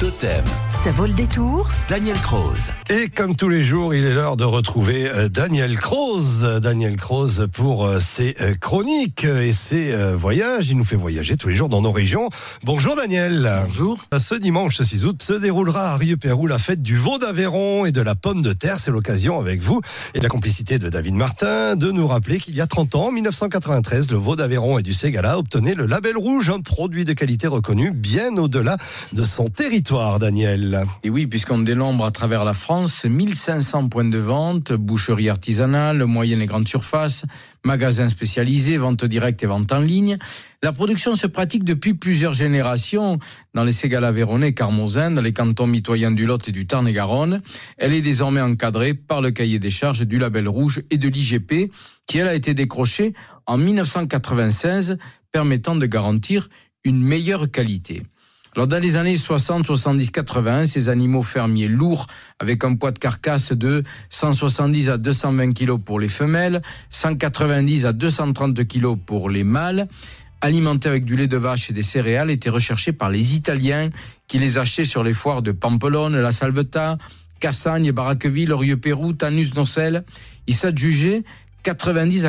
Totem. Ça vaut le détour. Daniel Croze. Et comme tous les jours, il est l'heure de retrouver Daniel Croze. Daniel Croze pour ses chroniques et ses voyages. Il nous fait voyager tous les jours dans nos régions. Bonjour Daniel. Bonjour. Ce dimanche 6 août se déroulera à Rieux-Pérou la fête du veau d'Aveyron et de la pomme de terre. C'est l'occasion avec vous et la complicité de David Martin de nous rappeler qu'il y a 30 ans, en 1993, le veau d'Aveyron et du Ségala obtenait le label rouge, un produit de qualité reconnu bien au-delà de son territoire, Daniel. Et oui, puisqu'on dénombre à travers la France 1500 points de vente, boucheries artisanales, moyennes et grandes surfaces, magasins spécialisés, vente directe et vente en ligne. La production se pratique depuis plusieurs générations dans les Ségala aveyronnais, Carmozin, dans les cantons mitoyens du Lot et du Tarn-et-Garonne. Elle est désormais encadrée par le cahier des charges du label rouge et de l'IGP, qui elle a été décrochée en 1996, permettant de garantir une meilleure qualité. Alors dans les années 60, 70, 80, ces animaux fermiers lourds avec un poids de carcasse de 170 à 220 kg pour les femelles, 190 à 230 kg pour les mâles, alimentés avec du lait de vache et des céréales, étaient recherchés par les Italiens qui les achetaient sur les foires de Pampelonne, La Salvetat, Cassagne, Barraqueville, Rieux-Pérou, Tanus-Nocelles. Ils s'adjugeaient 90 à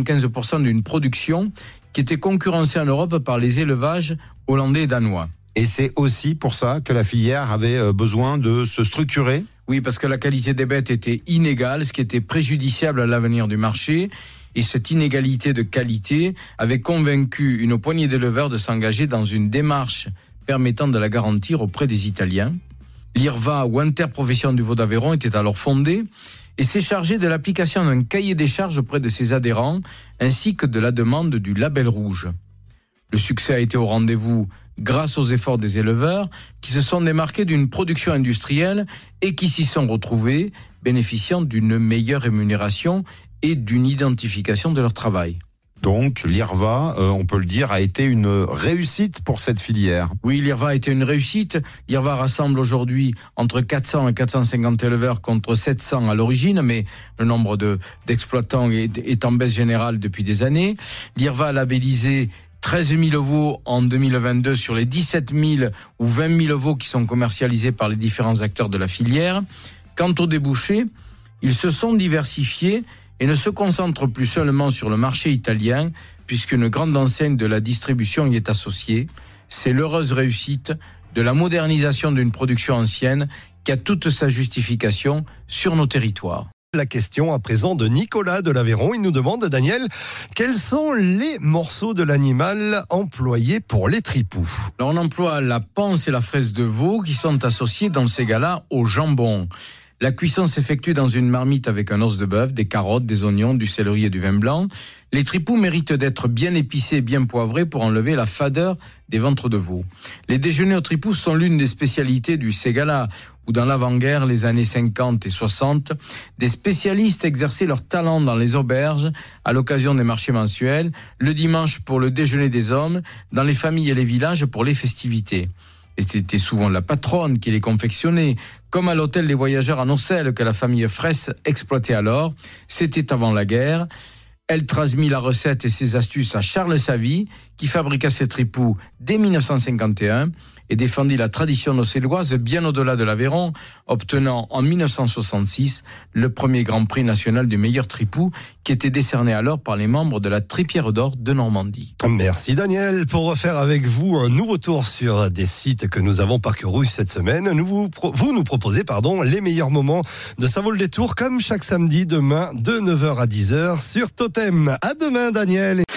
95% d'une production qui était concurrencée en Europe par les élevages hollandais et danois. Et c'est aussi pour ça que la filière avait besoin de se structurer ? Oui, parce que la qualité des bêtes était inégale, ce qui était préjudiciable à l'avenir du marché. Et cette inégalité de qualité avait convaincu une poignée d'éleveurs de s'engager dans une démarche permettant de la garantir auprès des Italiens. L'IRVA, ou Interprofession du Veau d'Aveyron, était alors fondée et s'est chargé de l'application d'un cahier des charges auprès de ses adhérents, ainsi que de la demande du label rouge. Le succès a été au rendez-vous grâce aux efforts des éleveurs qui se sont démarqués d'une production industrielle et qui s'y sont retrouvés, bénéficiant d'une meilleure rémunération et d'une identification de leur travail. Donc l'IRVA, on peut le dire, a été une réussite pour cette filière. Oui, l'IRVA a été une réussite. L'IRVA rassemble aujourd'hui entre 400 et 450 éleveurs contre 700 à l'origine, mais le nombre d'exploitants est en baisse générale depuis des années. L'IRVA a labellisé 13 000 veaux en 2022 sur les 17 000 ou 20 000 veaux qui sont commercialisés par les différents acteurs de la filière. Quant aux débouchés, ils se sont diversifiés et ne se concentrent plus seulement sur le marché italien, puisqu'une grande enseigne de la distribution y est associée. C'est l'heureuse réussite de la modernisation d'une production ancienne qui a toute sa justification sur nos territoires. La question à présent de Nicolas de l'Aveyron. Il nous demande, Daniel, quels sont les morceaux de l'animal employés pour les tripous ? Alors on emploie la panse et la fraise de veau qui sont associés dans le Ségala au jambon. La cuisson s'effectue dans une marmite avec un os de bœuf, des carottes, des oignons, du céleri et du vin blanc. Les tripous méritent d'être bien épicés et bien poivrés pour enlever la fadeur des ventres de veau. Les déjeuners aux tripous sont l'une des spécialités du Ségala, où dans l'avant-guerre, les années 50 et 60, des spécialistes exerçaient leur talent dans les auberges à l'occasion des marchés mensuels, le dimanche pour le déjeuner des hommes, dans les familles et les villages pour les festivités. Et c'était souvent la patronne qui les confectionnait, comme à l'hôtel des voyageurs à Nocelles que la famille Fraisse exploitait alors. C'était avant la guerre. Elle transmit la recette et ses astuces à Charles Savy, qui fabriqua ses tripous dès 1951 et défendit la tradition nocéloise bien au-delà de l'Aveyron, obtenant en 1966 le premier Grand Prix national du meilleur tripou, qui était décerné alors par les membres de la Tripière d'Or de Normandie. Merci Daniel. Pour refaire avec vous un nouveau tour sur des sites que nous avons parcourus cette semaine, vous nous proposez les meilleurs moments de Ça vaut le détour, comme chaque samedi, demain de 9h à 10h sur Totem. À demain Daniel.